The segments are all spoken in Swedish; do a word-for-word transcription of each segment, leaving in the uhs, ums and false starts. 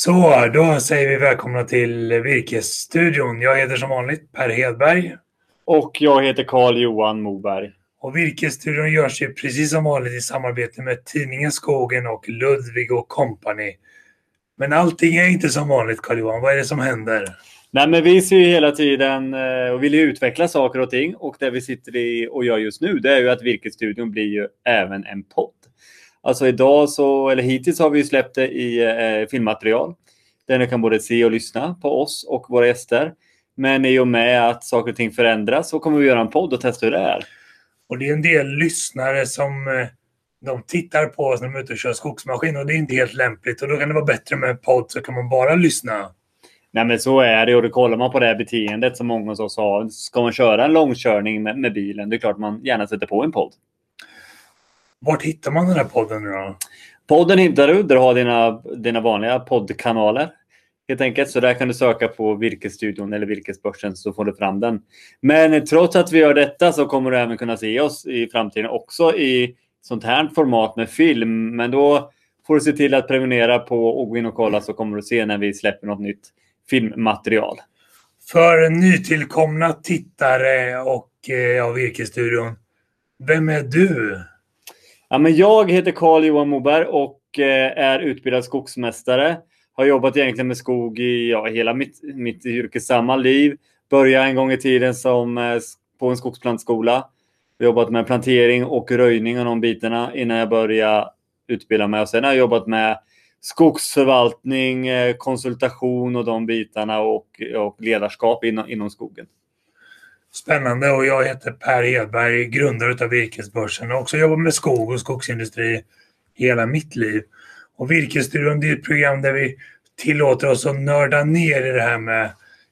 Så, då säger vi välkomna till Virkesstudion. Jag heter som vanligt Per Hedberg. Och jag heter Carl-Johan Moberg. Och Virkesstudion görs ju precis som vanligt i samarbete med tidningen Skogen och Ludvig och Company. Men allting är inte som vanligt, Carl-Johan. Vad är det som händer? Nej, men vi ser ju hela tiden och vill ju utveckla saker och ting. Och det vi sitter i och gör just nu, det är ju att Virkesstudion blir ju även en podd. Alltså idag så, eller hittills har vi släppt det i eh, filmmaterial. Där ni kan både se och lyssna på oss och våra gäster. Men i och med att saker och ting förändras så kommer vi göra en podd och testa hur det är. Och det är en del lyssnare som eh, de tittar på oss när de är ute och kör skogsmaskin. Och det är inte helt lämpligt. Och då kan det vara bättre med en podd, så kan man bara lyssna. Nej, men så är det. Och då kollar man på det här beteendet som många av oss har. Ska man köra en långkörning med, med bilen, det är klart man gärna sätter på en podd. Vart hittar man den här podden nu då? Podden hittar du där du har dina, dina vanliga poddkanaler. Helt enkelt, så där kan du söka på Virkesstudion eller Virkesbörsen, så får du fram den. Men trots att vi gör detta så kommer du även kunna se oss i framtiden också i sånt här format med film. Men då får du se till att prenumerera på och gå in och kolla, så kommer du se när vi släpper något nytt filmmaterial. För nytillkomna tittare och eh, av Virkesstudion, vem är du? Ja, men jag heter Carl-Johan Moberg och eh, är utbildad skogsmästare. Har jobbat egentligen med skog i ja, hela mitt, mitt yrkessamma liv. Började en gång i tiden som, eh, på en skogsplantskola. Jag har jobbat med plantering och röjning och de bitarna innan jag började utbilda mig. Och sen har jag jobbat med skogsförvaltning, eh, konsultation och de bitarna och, och ledarskap inom, inom skogen. Spännande, och jag heter Per Hedberg, grundare av Virkesbörsen och också jobbar med skog och skogsindustri hela mitt liv. Och Virkesstudion är ett program där vi tillåter oss att nörda ner i det här med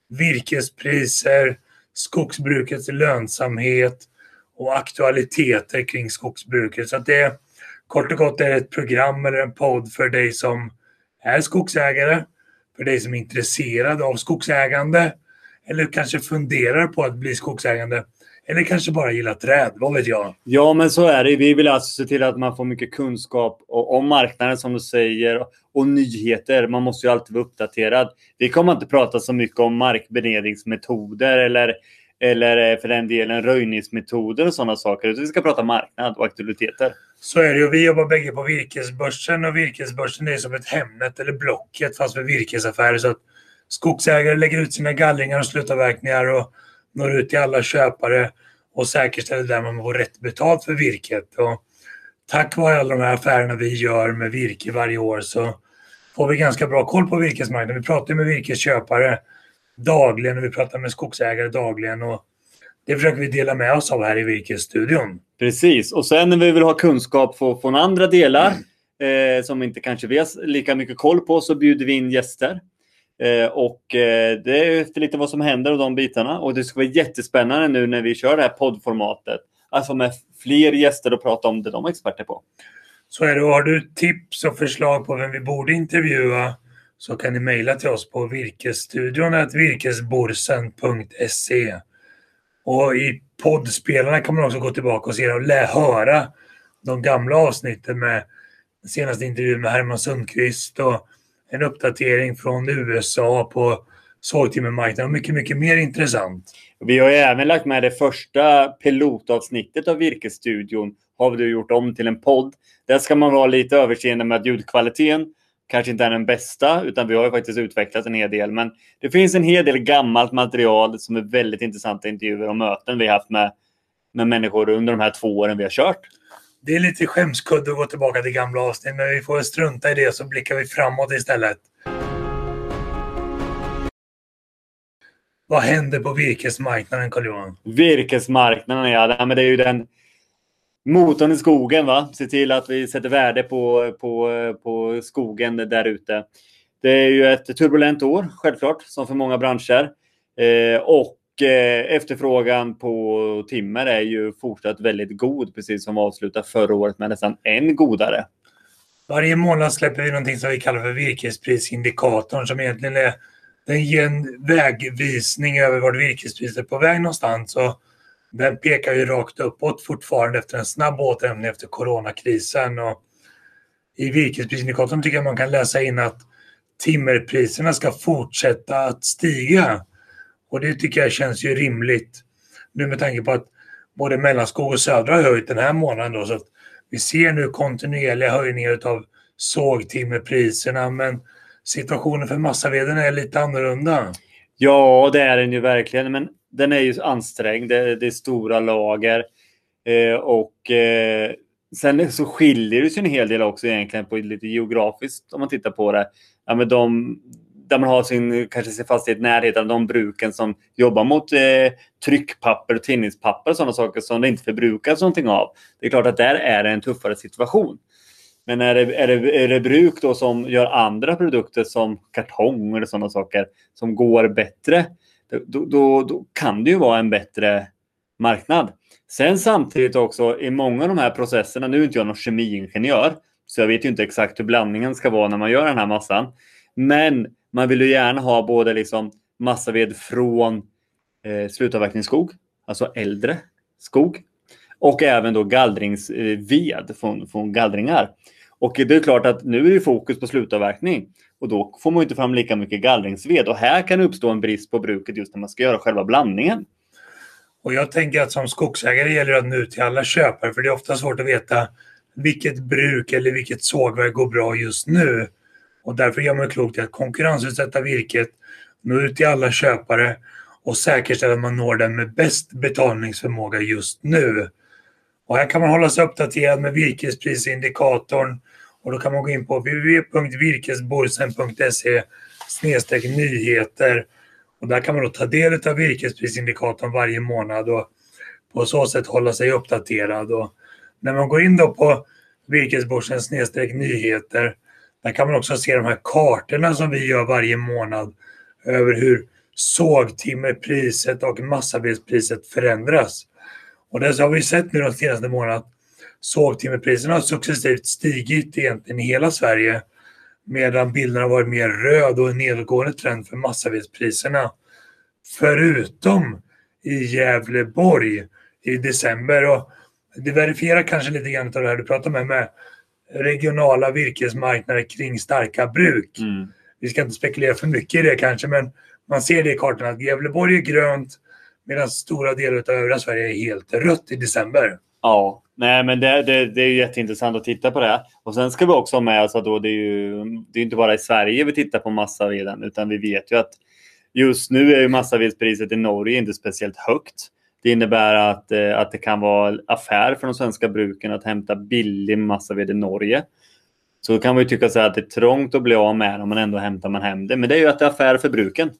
virkespriser, skogsbrukets lönsamhet och aktualiteter kring skogsbruket. Så att det kort och gott är ett program eller en podd för dig som är skogsägare, för dig som är intresserad av skogsägande, eller kanske funderar på att bli skogsägande. Eller kanske bara gillar träd, vad vet jag. Ja, men så är det. Vi vill alltså se till att man får mycket kunskap om marknaden, som du säger. Och nyheter. Man måste ju alltid vara uppdaterad. Vi kommer inte prata så mycket om markberedningsmetoder. Eller, eller för den delen röjningsmetoder och sådana saker. Vi ska prata marknad och aktualiteter. Så är det ju. Vi jobbar bägge på Virkesbörsen. Och Virkesbörsen är som ett Hemnet eller Blocket fast för virkesaffärer. Så att skogsägare lägger ut sina gallringar och slutavverkningar och når ut till alla köpare och säkerställer där man får rätt betalt för virket. Och tack vare alla de här affärerna vi gör med virke varje år så får vi ganska bra koll på virkesmarknaden. Vi pratar med virkesköpare dagligen och vi pratar med skogsägare dagligen, och det försöker vi dela med oss av här i Virkesstudion. Precis, och sen när vi vill ha kunskap från andra delar eh, som inte kanske vi har lika mycket koll på, så bjuder vi in gäster. Eh, och eh, det är efter lite vad som händer och de bitarna. Och det ska vara jättespännande nu när vi kör det här poddformatet. Alltså med fler gäster och prata om det de är experter på. Så är det. Och har du tips och förslag på vem vi borde intervjua, så kan ni mejla till oss på virkesstudion at virkesborsen punkt se. Och i poddspelarna kan man också gå tillbaka och se och lä- höra de gamla avsnitten med senaste intervjun med Herman Sundqvist och en uppdatering från U S A på sågtimmermarknaden. Mycket, mycket mer intressant. Vi har ju även lagt med det första pilotavsnittet av Virkesstudion. Har vi gjort om till en podd. Där ska man vara lite överseende med att ljudkvaliteten kanske inte är den bästa. Utan vi har ju faktiskt utvecklat en hel del. Men det finns en hel del gammalt material som är väldigt intressanta intervjuer och möten vi har haft med, med människor under de här två åren vi har kört. Det är lite skämskudde att gå tillbaka till gamla avsnitt, men vi får strunta i det, så blickar vi framåt istället. Vad händer på virkesmarknaden, Carl-Johan? Virkesmarknaden, ja. Men det är ju den motorn i skogen, va? Se till att vi sätter värde på, på, på skogen där ute. Det är ju ett turbulent år, självklart, som för många branscher. Eh, och efterfrågan på timmer är ju fortsatt väldigt god, precis som vi avslutade förra året med nästan än godare. Varje månad släpper vi någonting som vi kallar för virkesprisindikatorn, som egentligen är, den ger en vägvisning över vart virkespriset är på väg någonstans. Så den pekar ju rakt uppåt fortfarande efter en snabb återhämtning efter coronakrisen. Och i virkesprisindikatorn tycker jag man kan läsa in att timmerpriserna ska fortsätta att stiga. Och det tycker jag känns ju rimligt. Nu med tanke på att både Mellanskog och Södra har höjt den här månaden då, så att vi ser nu kontinuerliga höjningar av sågtimmerpriserna, men situationen för massaveden är lite annorlunda. Ja, det är den ju verkligen, men den är ju ansträngd. Det, det är stora lager eh, och eh, sen så skiljer det sig en hel del också egentligen på lite geografiskt om man tittar på det. Ja, men de, där man har sin, kanske sin fastighet närhet av de bruken som jobbar mot eh, tryckpapper, tidningspapper och sådana saker som det inte förbrukas någonting av. Det är klart att där är det en tuffare situation. Men är det, är, det, är det bruk då som gör andra produkter som kartong eller sådana saker som går bättre, då, då, då kan det ju vara en bättre marknad. Sen samtidigt också i många av de här processerna, nu är inte jag någon kemiingenjör så jag vet ju inte exakt hur blandningen ska vara när man gör den här massan. Men man vill ju gärna ha både liksom massaved från eh, slutavverkningsskog, alltså äldre skog, och även då gallringsved från, från gallringar. Och det är klart att nu är det fokus på slutavverkning och då får man inte fram lika mycket gallringsved. Och här kan uppstå en brist på bruket just när man ska göra själva blandningen. Och jag tänker att som skogsägare gäller det att nu till alla köpare, för det är ofta svårt att veta vilket bruk eller vilket sågverk går bra just nu. Och därför gör man klokt att konkurrensutsätta virket, nå ut till alla köpare och säkerställa att man når den med bäst betalningsförmåga just nu. Och här kan man hålla sig uppdaterad med virkesprisindikatorn och då kan man gå in på w w w punkt virkesborsen punkt se snedstreck nyheter och där kan man då ta del av virkesprisindikatorn varje månad och på så sätt hålla sig uppdaterad. Och när man går in då på virkesborsen snedstreck nyheter, där kan man också se de här kartorna som vi gör varje månad över hur sågtimmerpriset och massavedspriset förändras. Och det så har vi sett nu de senaste månaderna att sågtimmerpriserna har successivt stigit egentligen i hela Sverige, medan bilden har varit mer röd och en nedgående trend för massavedspriserna. Förutom i Gävleborg i december. Och det verifierar kanske lite grann av det här du pratar med, med regionala virkesmarknader kring starka bruk. Mm. Vi ska inte spekulera för mycket i det kanske, men man ser det i kartan att Gävleborg är grönt medan stora delar av övriga Sverige är helt rött i december. Ja, nej men det, det, det är ju jätteintressant att titta på det. Och sen ska vi också ha med oss att då det är ju det är inte bara i Sverige vi tittar på massaveden, utan vi vet ju att just nu är ju massavedspriset i Norge inte speciellt högt. Det innebär att, att det kan vara affär för de svenska bruken att hämta billig massaved i Norge. Så kan man ju tycka så här att det är trångt att bli av med om man ändå hämtar man hem det. Men det är ju att det är affär för bruken.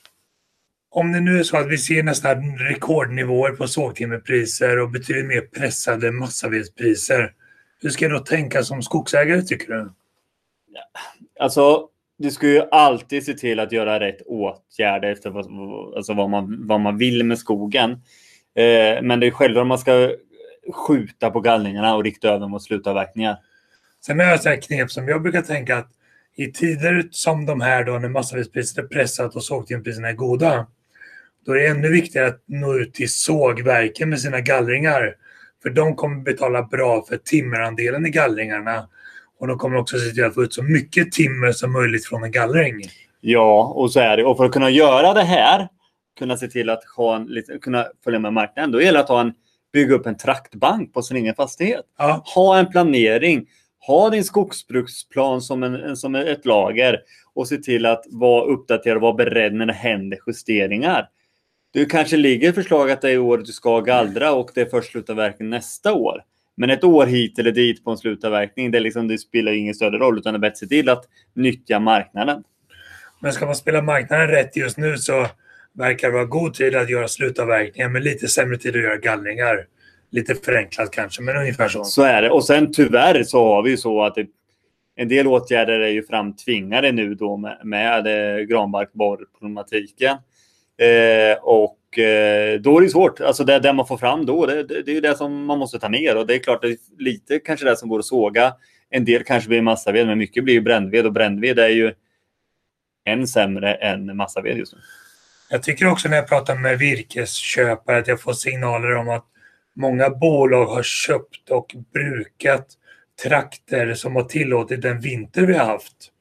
Om det nu är så att vi ser nästan rekordnivåer på sågtimmerpriser och betydligt mer pressade massavedspriser, hur ska jag då tänka som skogsägare tycker du? Ja, alltså, du ska ju alltid se till att göra rätt åtgärder efter vad, alltså vad, man, vad man vill med skogen. Eh, men det är själva man ska skjuta på gallringarna och rikta över mot slutavverkningar. Sen är det så här knep som jag brukar tänka att i tider som de här då när massavedspriset är pressat och sågtimmerpriserna är goda, då är det ännu viktigare att nå ut till sågverken med sina gallringar. För de kommer betala bra för timmerandelen i gallringarna. Och de kommer också se till att få ut så mycket timmer som möjligt från en gallring. Ja, och så är det. Och för att kunna göra det här, kunna se till att ha en, kunna följa med marknaden, då gäller det att ha en, bygga upp en traktbank på sin egen fastighet. Ja. Ha en planering. Ha din skogsbruksplan som, en, som ett lager och se till att vara uppdaterad och vara beredd när det händer justeringar. Du kanske ligger förslag att det är året du ska gallra och det är först slutavverkning nästa år. Men ett år hit eller dit på en slutavverkning, det, liksom, det spelar ingen större roll utan det är bättre se till att nyttja marknaden. Men ska man spela marknaden rätt just nu så verkar det vara god tid att göra slutavverkningar men lite sämre tid att göra gallringar. Lite förenklat kanske, men ungefär så. Så är det. Och sen tyvärr så har vi ju så att det, en del åtgärder är ju framtvingade nu då med, med eh, granbarkborrproblematiken. Eh, och eh, då är det svårt. Alltså det, det man får fram då, det, det, det är ju det som man måste ta ner. Och det är klart det är lite kanske det som går att såga. En del kanske blir massaved, men mycket blir ju brännved. Och brännved är ju än sämre än massaved just nu. Jag tycker också när jag pratar med virkesköpare att jag får signaler om att många bolag har köpt och brukat trakter som har tillåtit den vinter vi har haft.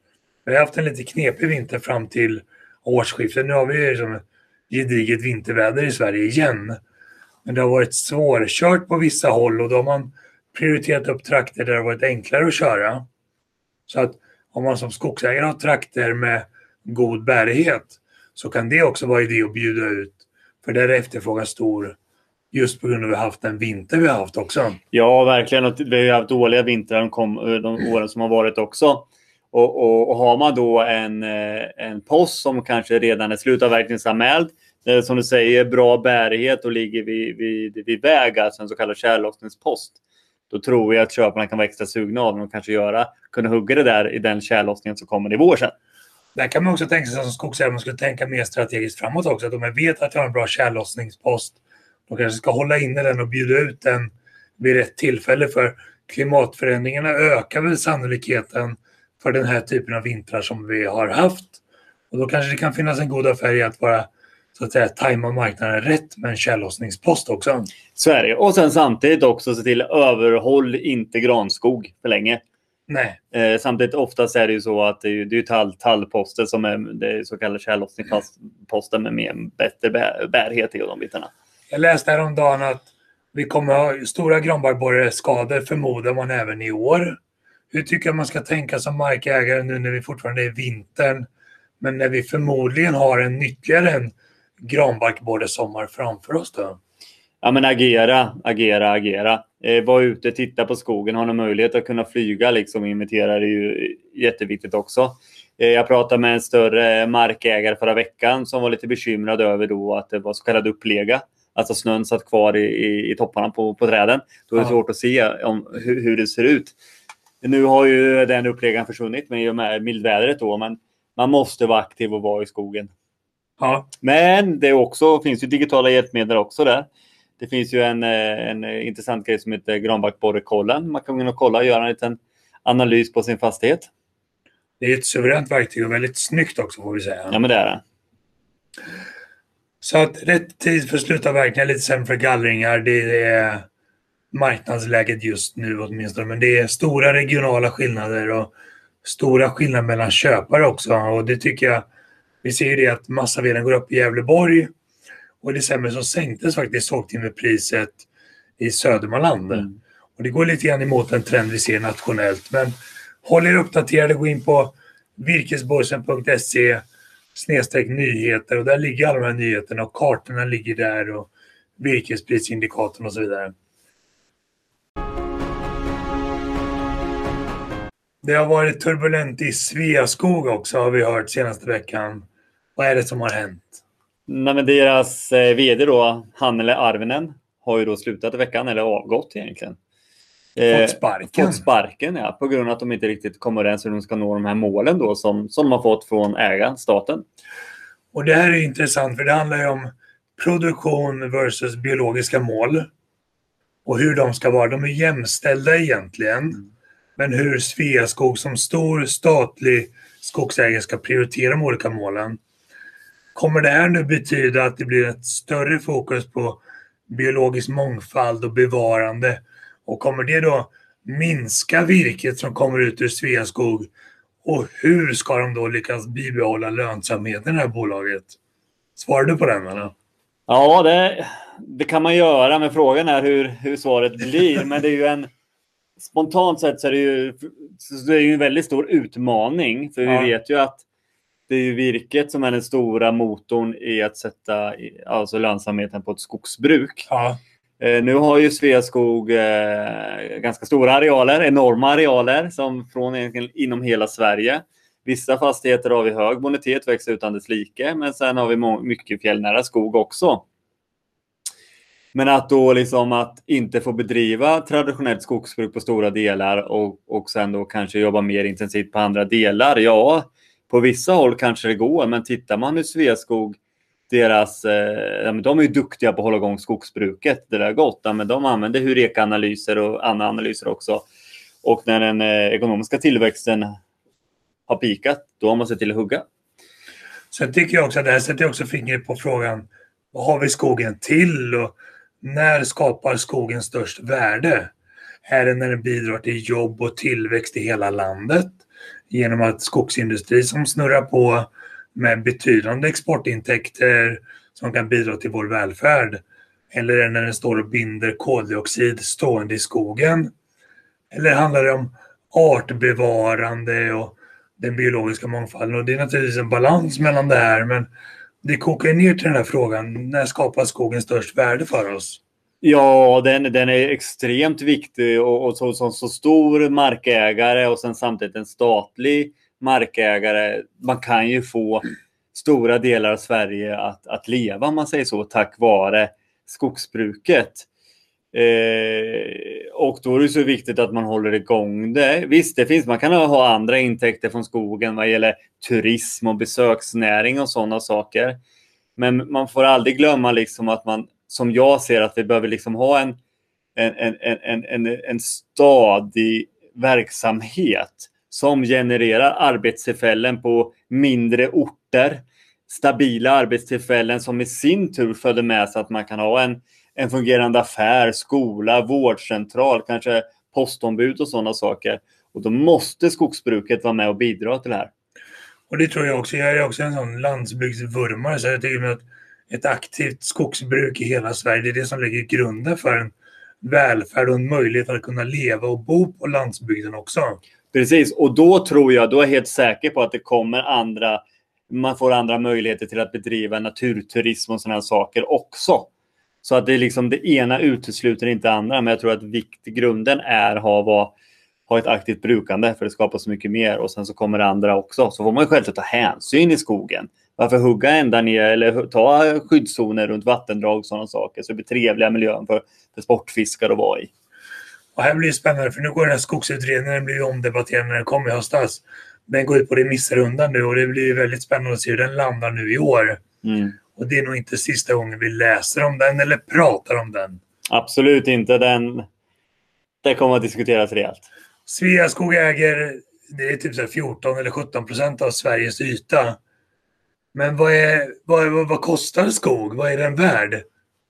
Vi har haft en lite knepig vinter fram till årsskiftet. Nu har vi ju som gediget vinterväder i Sverige igen. Men det har varit svårkört på vissa håll och då har man prioriterat upp trakter där det har varit enklare att köra. Så att om man som skogsägare har trakter med god bärighet så kan det också vara idé att bjuda ut. För där är efterfrågan stor just på grund av att vi har haft den vinter vi har haft också. Ja, verkligen. Och vi har haft dåliga vintrar de, kom, de åren som har varit också. Och, och, och har man då en, en post som kanske redan är slutavverkningsanmäld, som du säger, bra bärighet och ligger vid, vid, vid väg, alltså en så kallad tjällossningspost, då tror vi att köparna kan vara extra sugna av den och kanske göra, kunna hugga det där i den tjällossningen som kommer i vår sen. Där kan man också tänka sig som skogsägare, man skulle tänka mer strategiskt framåt också. Att om jag vet att jag har en bra tjällossningspost, då kanske ska hålla inne den och bjuda ut den vid rätt tillfälle. För klimatförändringarna ökar väl sannolikheten för den här typen av vintrar som vi har haft. Och då kanske det kan finnas en god affär i att vara, så att säga, tajma marknaden rätt med en tjällossningspost också. Så är det. Och sen samtidigt också se till överhåll inte granskog för länge. Nej. Eh, samtidigt oftast är det ju så att det är, det är tall, tallposter som är, det är så kallade tjällossningsposter med mer bättre bär, bärighet i de bitarna. Jag läste häromdagen att vi kommer ha stora granbarkborreskador förmodar man även i år. Hur tycker jag man ska tänka som markägare nu när vi fortfarande är i vintern, men när vi förmodligen har en ytterligare en granbarkborresommar framför oss då? Ja, men agera, agera, agera. Eh, var ute, titta på skogen, har någon möjlighet att kunna flyga liksom, imitera, det är ju jätteviktigt också. Eh, jag pratade med en större markägare förra veckan som var lite bekymrad över då att det var så kallad upplega. Alltså snön satt kvar i, i, i topparna på, på träden. Då är det ja. svårt att se om, hur, hur det ser ut. Nu har ju den upplegan försvunnit med, med mildvädret då, men man måste vara aktiv och vara i skogen. Ja. Men det är också, finns ju digitala hjälpmedel också där. Det finns ju en, en intressant grej som heter granbarkborrekollen. Man kan gå in och kolla och göra en liten analys på sin fastighet. Det är ett suveränt verktyg och väldigt snyggt också får vi säga. Ja, men det är det. Så att rätt tid för slutavverkning är lite sämre för gallringar. Det är marknadsläget just nu åtminstone. Men det är stora regionala skillnader och stora skillnader mellan köpare också. Och det tycker jag, vi ser ju det att massaveden går upp i Gävleborg. Och i december så sänktes faktiskt sågtimmerpriset i Södermanland. Mm. Och det går lite grann emot en trend vi ser nationellt. Men håll er uppdaterade, gå in på virkesborsen punkt se snedstreck nyheter. Och där ligger alla de här nyheterna och kartorna ligger där och virkesprisindikatorn och så vidare. Det har varit turbulent i Sveaskog också har vi hört senaste veckan. Vad är det som har hänt? Nej, men deras eh, vd då, Hannele Arvinen, har ju då slutat i veckan, eller avgått egentligen. Eh, fått sparken. Fått sparken, ja. På grund av att de inte riktigt kommer överens hur de ska nå de här målen då som, som de har fått från ägaren, staten. Och det här är intressant för det handlar ju om produktion versus biologiska mål. Och hur de ska vara. De är jämställda egentligen. Mm. Men hur Sveaskog som stor statlig skogsägare ska prioritera de olika målen. Kommer det här nu betyda att det blir ett större fokus på biologisk mångfald och bevarande? Och kommer det då minska virket som kommer ut ur Sveaskog? Och hur ska de då lyckas bibehålla lönsamheten i det här bolaget? Svarar du på den eller? Ja, det, det kan man göra, men frågan är hur, hur svaret blir. Men det är ju en spontant sett så är det ju, det är ju en väldigt stor utmaning. För ja. vi vet ju att det är ju virket som är den stora motorn i att sätta alltså lönsamheten på ett skogsbruk. Ja. Eh, nu har ju Sveaskog eh, ganska stora arealer, enorma arealer som från egentligen inom hela Sverige. Vissa fastigheter har vi hög bonitet, växer utan dess like, men sen har vi må- mycket fjällnära skog också. Men att då liksom att inte få bedriva traditionellt skogsbruk på stora delar och, och sen då kanske jobba mer intensivt på andra delar, ja, på vissa håll kanske det går, men tittar man i Sveaskog, deras, eh, de är ju duktiga på att hålla igång skogsbruket, det där gott, men de använder hureka-analyser och andra analyser också. Och när den eh, ekonomiska tillväxten har pikat, då har man sett till att hugga. Sen tycker jag också att det här sätter också fingret på frågan, vad har vi skogen till och när skapar skogen störst värde? Är det när den bidrar till jobb och tillväxt i hela landet? genom att skogsindustri som snurrar på med betydande exportintäkter som kan bidra till vår välfärd. Eller är det när den står och binder koldioxid stående i skogen? Eller handlar det om artbevarande och den biologiska mångfalden? Och det är naturligtvis en balans mellan det här, men det kokar ner till den här frågan. När skapar skogen störst värde för oss? Ja, den, den är extremt viktig och, och så, som så stor markägare och sen samtidigt en statlig markägare. Man kan ju få stora delar av Sverige att, att leva, om man säger så, tack vare skogsbruket. Eh, och då är det så viktigt att man håller igång det. Visst, det finns, man kan ha andra intäkter från skogen vad gäller turism och besöksnäring och sådana saker. Men man får aldrig glömma liksom att man, som jag ser, att vi behöver liksom ha en, en, en, en, en, en stadig verksamhet som genererar arbetstillfällen på mindre orter. Stabila arbetstillfällen som i sin tur följer med så att man kan ha en, en fungerande affär, skola, vårdcentral, kanske postombud och sådana saker. Och då måste skogsbruket vara med och bidra till det här. Och det tror jag också. Jag är också en sån landsbygdsvurmare, så jag tycker att ett aktivt skogsbruk i hela Sverige, det är det som lägger grunden för en välfärd och en möjlighet att kunna leva och bo på landsbygden också. Precis, och då tror jag, då är jag helt säker på att det kommer andra, man får andra möjligheter till att bedriva naturturism och sådana här saker också. Så att det är liksom, det ena utesluter inte andra, men jag tror att viktgrunden är att ha, ha ett aktivt brukande för att skapa så mycket mer, och sen så kommer det andra också. Så får man ju självklart ta hänsyn i skogen. Varför hugga ända ner eller ta skyddszoner runt vattendrag och sådana saker, så det blir trevliga miljön för, för sportfiskare att vara i. Och här blir det spännande, för nu går den här skogsutredningen, den blir ju omdebatterad när den kommer i höstas. Den går ut på remissrundan nu och det blir väldigt spännande att se hur den landar nu i år. Mm. Och det är nog inte sista gången vi läser om den eller pratar om den. Absolut inte. Den, det kommer att diskuteras rejält. Sveaskog äger, det är typ så fjorton eller sjutton procent av Sveriges yta. Men vad, är, vad, vad, vad kostar skog? Vad är den värd?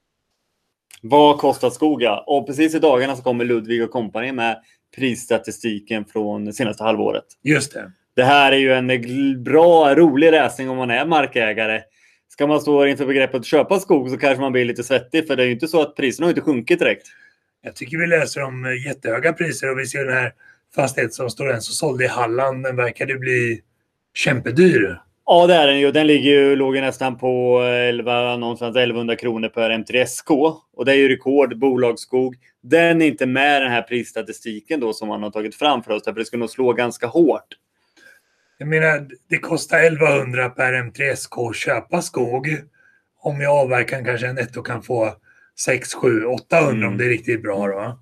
Vad kostar skog? Ja? Och precis i dagarna så kommer Ludvig och Company med prisstatistiken från det senaste halvåret. Just det. Det här är ju en bra, rolig läsning om man är markägare. Ska man stå inför begreppet att köpa skog så kanske man blir lite svettig, för det är ju inte så att priserna har inte sjunkit direkt. Jag tycker vi läser om jättehöga priser och vi ser den här fastigheten som står en som sålde i Halland. Den verkade bli kämpedyr. Ja, det är den ju. Den ligger ju, låg ju nästan på elva, någonstans elvahundra kronor per M tre S K. Och det är ju rekord, bolagsskog. Den är inte med i den här prisstatistiken då som man har tagit fram för oss. Därför det ska nog slå ganska hårt. Jag menar, det kostar elvahundra per M tre S K att köpa skog. Om jag avverkar kanske en netto kan få sex, sju, åttahundra mm. om det är riktigt bra då.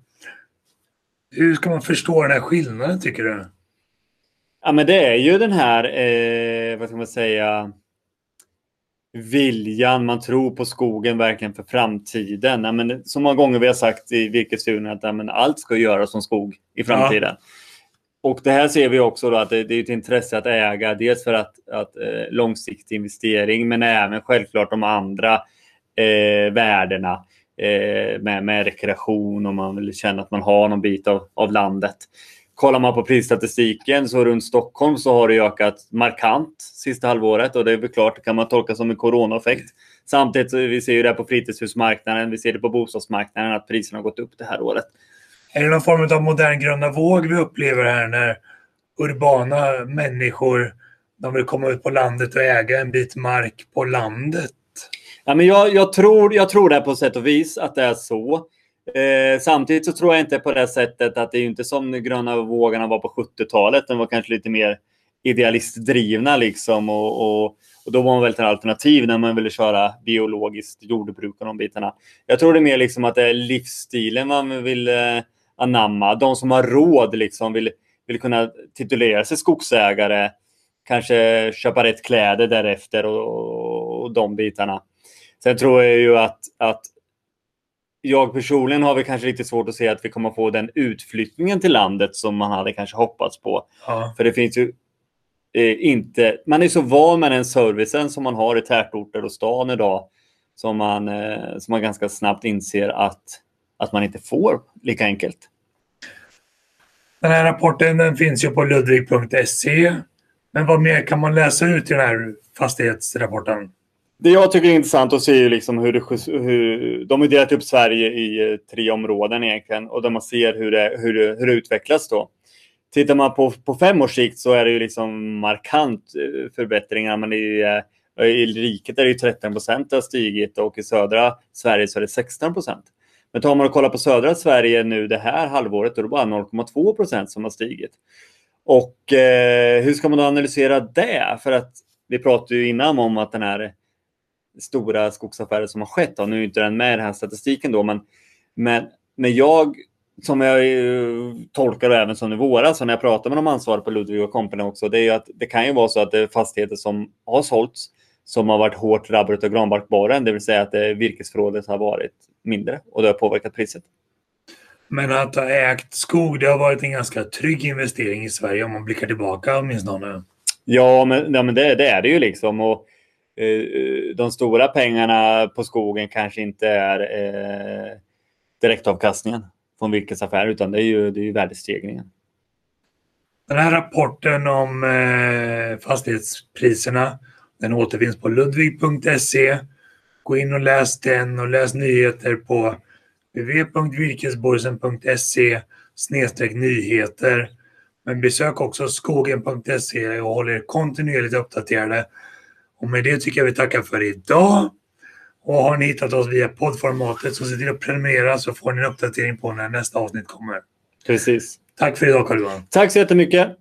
Hur ska man förstå den här skillnaden, tycker du? Ja, men det är ju den här, eh, vad ska man säga, viljan, man tror på skogen verkligen för framtiden. Ja, men, så många gånger vi har sagt i virkesstudien att ja, men allt ska göras som skog i framtiden. Ja. Och det här ser vi också då att det, det är ett intresse att äga, dels för att, att eh, långsiktig investering, men även självklart de andra eh, värdena eh, med, med rekreation, om man vill känna att man har någon bit av, av landet. Kollar man på prisstatistiken så runt Stockholm så har det ökat markant sista halvåret, och det är väl klart, det kan man tolka som en coronaeffekt. Samtidigt så vi ser ju det på fritidshusmarknaden, vi ser det på bostadsmarknaden att priserna har gått upp det här året. Är det någon form av modern gröna våg vi upplever här när urbana människor, de vill komma ut på landet och äga en bit mark på landet? Ja, men jag, jag, tror, jag tror det på sätt och vis att det är så. Eh, samtidigt så tror jag inte på det sättet att det är inte som gröna vågarna var på sjuttiotalet. Den var kanske lite mer idealistdrivna liksom, och, och, och då var man väl ett alternativ när man ville köra biologiskt jordbruk och de bitarna. Jag tror det är mer liksom att det är livsstilen man vill eh, anamma. De som har råd liksom vill, vill kunna titulera sig skogsägare, kanske köpa rätt kläder därefter och, och de bitarna. Sen tror jag ju att, att jag personligen har vi kanske lite svårt att se att vi kommer få den utflyttningen till landet som man hade kanske hoppats på. Ja. För det finns ju eh, inte, man är så van med den servicen som man har i tätorter och stan idag, som man, eh, som man ganska snabbt inser att, att man inte får lika enkelt. Den här rapporten den finns ju på ludvig punkt se. Men vad mer kan man läsa ut i den här fastighetsrapporten? Det jag tycker är intressant att se är ju liksom hur, det, hur de har delat upp Sverige i tre områden egentligen. Och där man ser hur det, hur det, hur det utvecklas då. Tittar man på, på fem års sikt så är det ju liksom markant förbättringar. Men i, i riket är det ju tretton procent har stigit och i södra Sverige så är det sexton procent. Men tar man och kollar på södra Sverige nu det här halvåret då är det bara noll komma två procent som har stigit. Och eh, hur ska man då analysera det? För att vi pratade ju innan om att den här stora skogsaffärer som har skett, och nu är inte den med i den här statistiken då, men, men, men jag, som jag uh, tolkar det även som i våras, så när jag pratar med de ansvariga på Ludvig och Company också, det är ju att det kan ju vara så att det är fastigheter som har sålts som har varit hårt drabbade av granbarkborren, det vill säga att det, virkesförrådet har varit mindre och det har påverkat priset. Men att ha ägt skog, det har varit en ganska trygg investering i Sverige om man blickar tillbaka åtminstone. Ja, men, ja, men det, det är det ju liksom. Och eh, de stora pengarna på skogen kanske inte är eh, direktavkastningen från virkesaffär, utan det är ju, det är ju värdestegringen. Den här rapporten om eh, fastighetspriserna, den återfinns på ludvig punkt se. Gå in och läs den och läs nyheter på w w w punkt virkesborsen punkt se snedstreck nyheter. Men besök också skogen punkt se och håll er kontinuerligt uppdaterade. Och med det tycker jag vi tackar för idag. Och har ni hittat oss via poddformatet så se till att prenumerera så får ni en uppdatering på när nästa avsnitt kommer. Precis. Tack för idag, Carl-Johan. Tack så jättemycket.